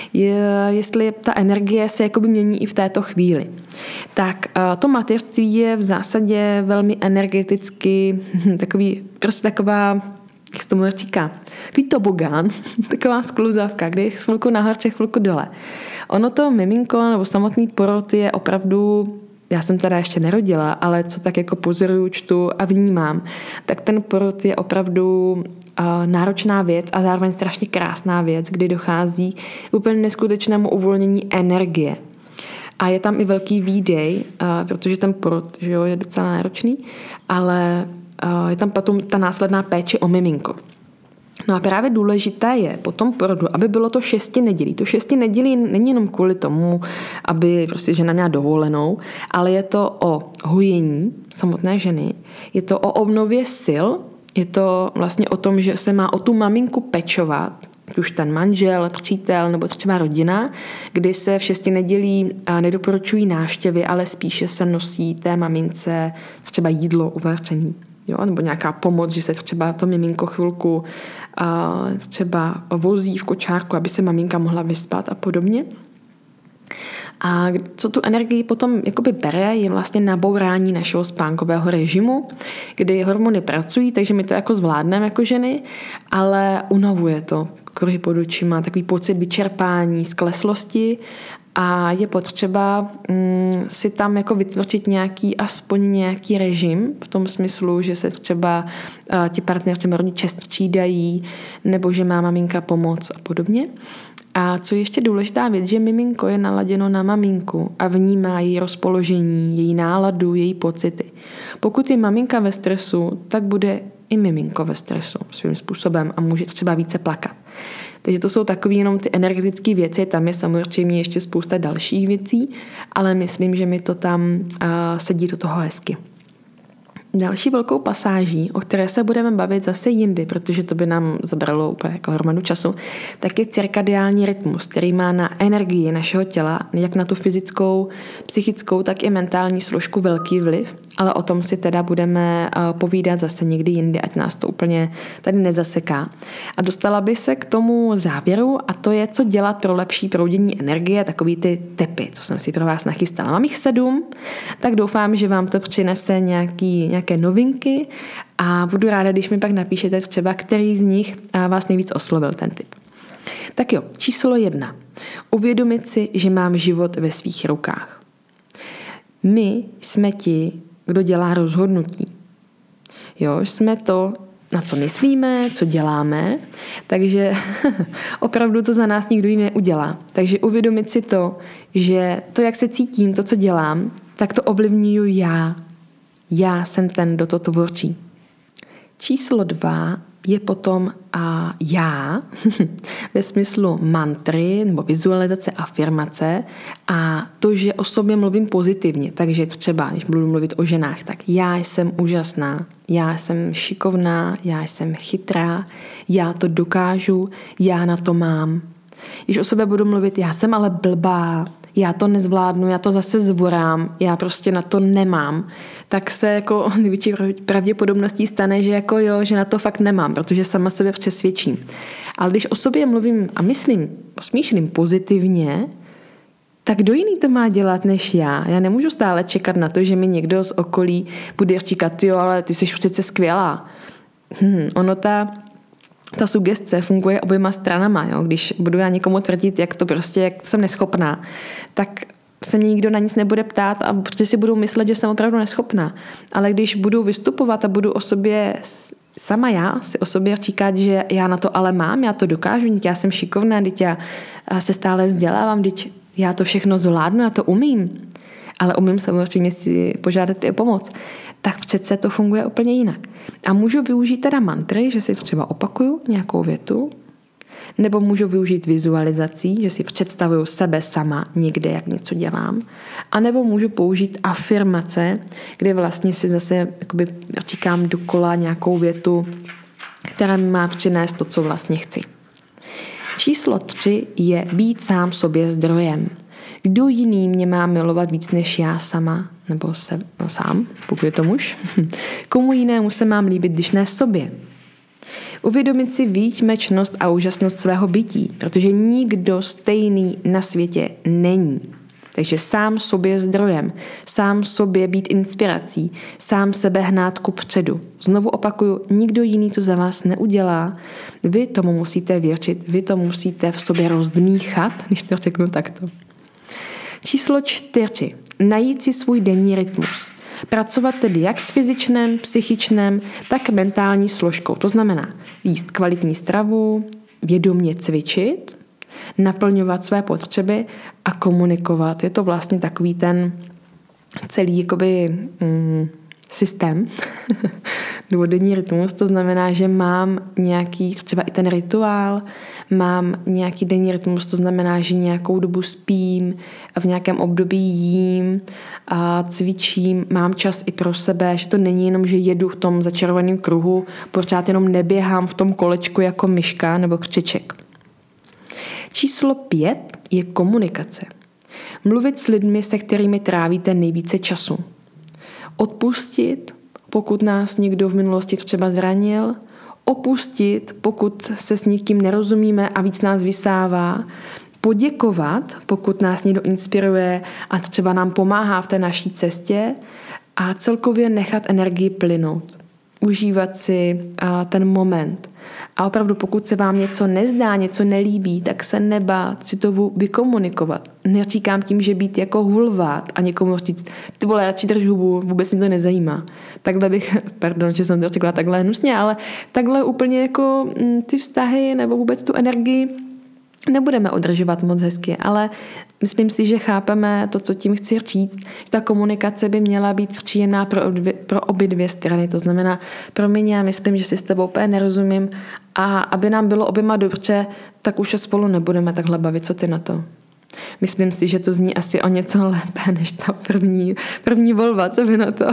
jestli ta energie se jakoby mění i v této chvíli. Tak to mateřství je v zásadě velmi energeticky taková, jak se tomu říká, takový tobogán, taková skluzavka, kdy je chvilku nahoře, chvilku dole. Ono to miminko nebo samotný porod je opravdu, já jsem teda ještě nerodila, ale co tak jako pozoruju, čtu a vnímám, tak ten porod je opravdu náročná věc a zároveň strašně krásná věc, kdy dochází k úplně neskutečnému uvolnění energie. A je tam i velký výdej, protože ten porod, že jo, je docela náročný, ale je tam potom ta následná péče o miminko. No a právě důležité je po tom porodu, aby bylo to 6 nedělí. To 6 nedělí není jenom kvůli tomu, aby prostě žena měla dovolenou, ale je to o hojení samotné ženy, je to o obnově sil, je to vlastně o tom, že se má o tu maminku pečovat, už ten manžel, přítel nebo třeba rodina, kdy se v 6 nedělí nedoporučují návštěvy, ale spíše se nosí té mamince třeba jídlo uvaření. Jo, nebo nějaká pomoc, že se třeba to miminko chvilku třeba vozí v kočárku, aby se maminka mohla vyspat a podobně. A co tu energii potom jakoby bere, je vlastně nabourání našeho spánkového režimu, kdy hormony pracují, takže my to jako zvládneme jako ženy, ale unavuje to kruhy pod očima, takový pocit vyčerpání, skleslosti a je potřeba si tam jako vytvořit aspoň nějaký režim v tom smyslu, že se třeba ti partneři, rodiče střídají, nebo že má maminka pomoc a podobně. A co je ještě důležitá věc, že miminko je naladěno na maminku a vnímá její rozpoložení, její náladu, její pocity. Pokud je maminka ve stresu, tak bude i miminko ve stresu svým způsobem a může třeba více plakat. Takže to jsou takové jenom ty energetické věci, tam je samozřejmě ještě spousta dalších věcí, ale myslím, že mi to tam sedí do toho hezky. Další velkou pasáží, o které se budeme bavit zase jindy, protože to by nám zabralo úplně jako hromadu času, tak je cirkadiální rytmus, který má na energii našeho těla, jak na tu fyzickou, psychickou, tak i mentální složku velký vliv, ale o tom si teda budeme povídat zase někdy jindy, ať nás to úplně tady nezaseká. A dostala bych se k tomu závěru a to je, co dělat pro lepší proudění energie, takový ty tipy, co jsem si pro vás nachystala. Mám jich 7, tak doufám, že vám to přinese nějaké novinky a budu ráda, když mi pak napíšete třeba, který z nich vás nejvíc oslovil ten tip. Tak jo, číslo 1. Uvědomit si, že mám život ve svých rukách. My jsme ti, kdo dělá rozhodnutí. Jo, jsme to, na co myslíme, co děláme, takže opravdu to za nás nikdo jiný neudělá. Takže uvědomit si to, že to, jak se cítím, to, co dělám, tak to ovlivňuju já. Já jsem ten, kdo to tvoří. Číslo 2 je potom já ve smyslu mantry nebo vizualizace, afirmace a to, že o sobě mluvím pozitivně. Takže třeba, když budu mluvit o ženách, tak já jsem úžasná, já jsem šikovná, já jsem chytrá, já to dokážu, já na to mám. Když o sobě budu mluvit, já jsem ale blbá, já to nezvládnu, já to zase zvorám, já prostě na to nemám, tak se jako největší pravděpodobností stane, že jako jo, že na to fakt nemám, protože sama sebe přesvědčím. Ale když o sobě mluvím a smýšlím pozitivně, tak kdo jiný to má dělat než já? Já nemůžu stále čekat na to, že mi někdo z okolí bude říkat, jo, ale ty jsi přece skvělá. Ta sugestce funguje oběma stranama. Jo? Když budu já někomu tvrdit, jak jsem neschopná, tak se mě nikdo na nic nebude ptát a protože si budu myslet, že jsem opravdu neschopná. Ale když budu vystupovat a budu o sobě sama já si o sobě říkat, že já na to ale mám, já to dokážu, já jsem šikovná, já se stále vzdělávám, já to všechno zvládnu, já to umím. Ale umím samozřejmě si požádat i o pomoc. Tak přece to funguje úplně jinak. A můžu využít teda mantry, že si třeba opakuju nějakou větu, nebo můžu využít vizualizací, že si představuju sebe sama někde, jak něco dělám, a nebo můžu použít afirmace, kde vlastně si zase jakoby říkám dokola nějakou větu, která mi má přinést to, co vlastně chci. Číslo 3 je být sám sobě zdrojem. Kdo jiný mě má milovat víc než já sama, nebo sám, pokud je to muž? Komu jinému se mám líbit, když ne sobě? Uvědomit si výjimečnost a úžasnost svého bytí, protože nikdo stejný na světě není. Takže sám sobě zdrojem, sám sobě být inspirací, sám sebe hnát kupředu. Znovu opakuju, nikdo jiný to za vás neudělá. Vy tomu musíte věřit, vy to musíte v sobě rozdmíchat, když to řeknu takto. Číslo 4. Najít si svůj denní rytmus. Pracovat tedy jak s fyzičným, psychičným, tak mentální složkou. To znamená jíst kvalitní stravu, vědomě cvičit, naplňovat své potřeby a komunikovat. Je to vlastně takový ten celý systém nebo denní rytmus. To znamená, že mám nějaký třeba i ten rituál, mám nějaký denní rytmus, to znamená, že nějakou dobu spím, v nějakém období jím a cvičím, mám čas i pro sebe, že to není jenom, že jedu v tom začarovaném kruhu, pořád jenom neběhám v tom kolečku jako myška nebo křiček. Číslo 5 je komunikace. Mluvit s lidmi, se kterými trávíte nejvíce času. Odpustit, pokud nás někdo v minulosti třeba zranil, opustit, pokud se s někým nerozumíme a víc nás vysává, poděkovat, pokud nás někdo inspiruje a třeba nám pomáhá v té naší cestě a celkově nechat energii plynout. Užívat si ten moment. A opravdu, pokud se vám něco nezdá, něco nelíbí, tak se nebát si to vykomunikovat. Neříkám tím, že být jako hulvát a někomu říct, ty vole, radši drž hubu, vůbec mě to nezajímá. Takhle bych, pardon, že jsem to řekla takhle hnusně, ale takhle úplně jako ty vztahy nebo vůbec tu energii nebudeme udržovat moc hezky, ale myslím si, že chápeme to, co tím chci říct, že ta komunikace by měla být příjemná pro obě dvě strany. To znamená, promiň, já myslím, že si s tebou úplně nerozumím a aby nám bylo oběma dobře, tak už se spolu nebudeme takhle bavit. Co ty na to? Myslím si, že to zní asi o něco lépe, než ta první volba. Co by na to?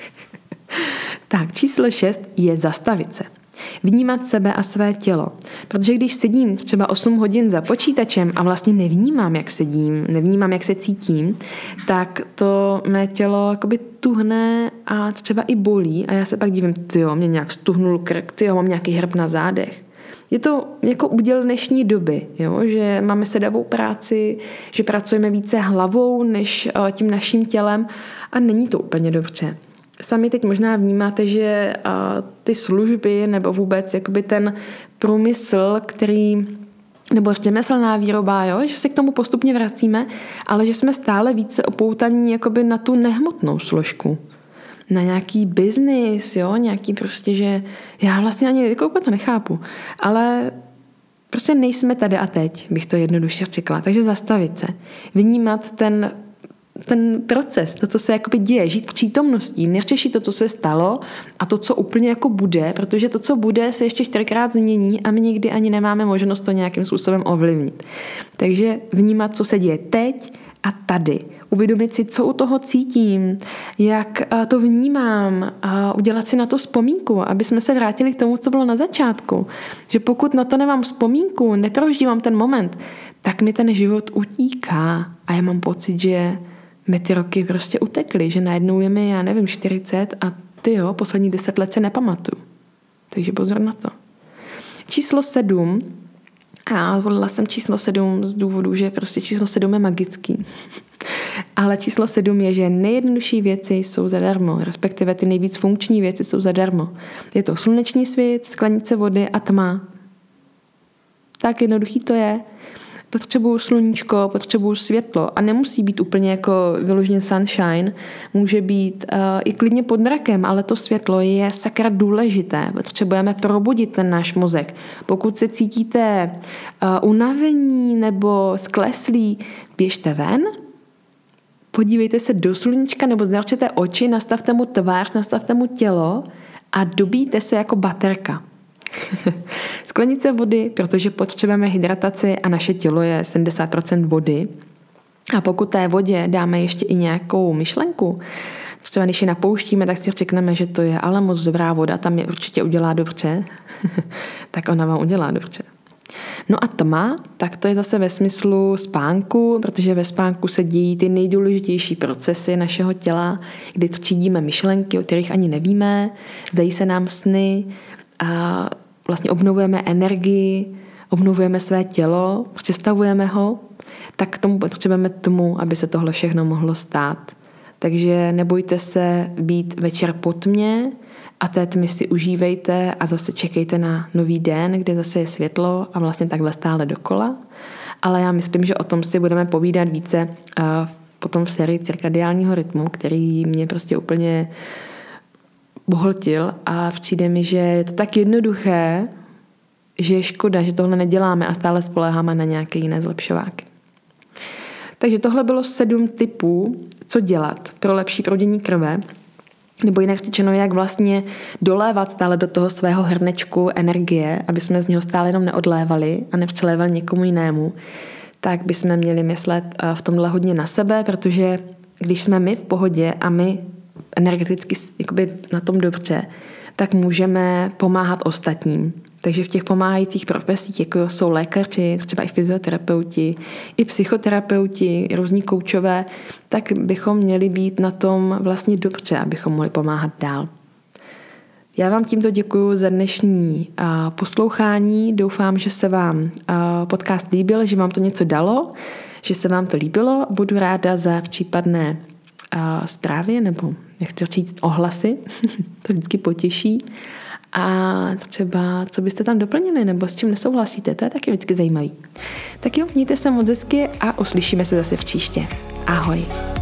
Tak, číslo 6 je zastavit se. Vnímat sebe a své tělo. Protože když sedím třeba 8 hodin za počítačem a vlastně nevnímám, jak sedím, nevnímám, jak se cítím, tak to mé tělo jakoby tuhne a třeba i bolí a já se pak divím, mě nějak stuhnul krk, mám nějaký hrb na zádech. Je to jako úděl dnešní doby, jo? Že máme sedavou práci, že pracujeme více hlavou než tím naším tělem a není to úplně dobře. Sami teď možná vnímáte, že ty služby nebo vůbec jakoby ten průmysl, který nebo řemeslná výroba, jo? Že se k tomu postupně vracíme, ale že jsme stále více opoutaní jakoby na tu nehmotnou složku. Na nějaký biznis, jo? Nějaký prostě, že já vlastně ani jako to nechápu, ale prostě nejsme tady a teď, bych to jednoduše řekla. Takže zastavit se, vnímat ten proces, to, co se jakoby děje, žít přítomností, neřešit to, co se stalo a to, co úplně jako bude, protože to, co bude, se ještě 4krát změní a my nikdy ani nemáme možnost to nějakým způsobem ovlivnit. Takže vnímat, co se děje teď a tady. Uvědomit si, co u toho cítím, jak to vnímám a udělat si na to vzpomínku, aby jsme se vrátili k tomu, co bylo na začátku. Že pokud na to nemám vzpomínku, neprožívám ten moment, tak mi ten život utíká a já mám pocit, že mi ty roky prostě utekly, že najednou je mi, já nevím, 40 a poslední 10 let se nepamatuju. Takže pozor na to. Číslo 7. A zvolila jsem číslo 7 z důvodu, že prostě číslo 7 je magický. Ale číslo 7 je, že nejjednodušší věci jsou zadarmo, respektive ty nejvíc funkční věci jsou zadarmo. Je to sluneční svět, sklenice vody a tma. Tak jednoduchý to je. Potřebuju sluníčko, potřebuju světlo a nemusí být úplně jako vyloženě sunshine, může být i klidně pod mrakem, ale to světlo je sakra důležité. Potřebujeme probudit ten náš mozek. Pokud se cítíte unavení nebo skleslí, běžte ven, podívejte se do sluníčka nebo zavřete oči, nastavte mu tvář, nastavte mu tělo a dobíjte se jako baterka. Sklenice vody, protože potřebujeme hydrataci a naše tělo je 70% vody. A pokud té vodě dáme ještě i nějakou myšlenku, třeba když ji napouštíme, tak si řekneme, že to je ale moc dobrá voda, tam je určitě udělá dobře, tak ona vám udělá dobře. No a tma, tak to je zase ve smyslu spánku, protože ve spánku se dějí ty nejdůležitější procesy našeho těla, kdy třídíme myšlenky, o kterých ani nevíme, zdají se nám sny a vlastně obnovujeme energii, obnovujeme své tělo, představujeme ho, tak k tomu potřebujeme tomu, aby se tohle všechno mohlo stát. Takže nebojte se být večer po tmě a té tmy si užívejte a zase čekejte na nový den, kde zase je světlo a vlastně takhle stále dokola. Ale já myslím, že o tom si budeme povídat více potom v sérii cirkadiálního rytmu, který mě prostě úplně bohltil a přijde mi, že je to tak jednoduché, že je škoda, že tohle neděláme a stále spoléháme na nějaké jiné zlepšováky. Takže tohle bylo 7 tipů, co dělat pro lepší proudění krve, nebo jinak řečeno, jak vlastně dolévat stále do toho svého hrnečku energie, aby jsme z něho stále jenom neodlévali a nepřelévali někomu jinému, tak bychom měli myslet v tomhle hodně na sebe, protože když jsme my v pohodě a my energeticky jakoby na tom dobře, tak můžeme pomáhat ostatním. Takže v těch pomáhajících profesích, jako jsou lékaři, třeba i fyzioterapeuti, i psychoterapeuti, různí koučové, tak bychom měli být na tom vlastně dobře, abychom mohli pomáhat dál. Já vám tímto děkuji za dnešní poslouchání. Doufám, že se vám podcast líbil, že vám to něco dalo, že se vám to líbilo. Budu ráda za případné zprávy nebo, jak to říct, ohlasy. To vždycky potěší. A třeba, co byste tam doplnili, nebo s čím nesouhlasíte, to je taky vždycky zajímavý. Tak jo, mějte se moc hezky a uslyšíme se zase příště. Ahoj.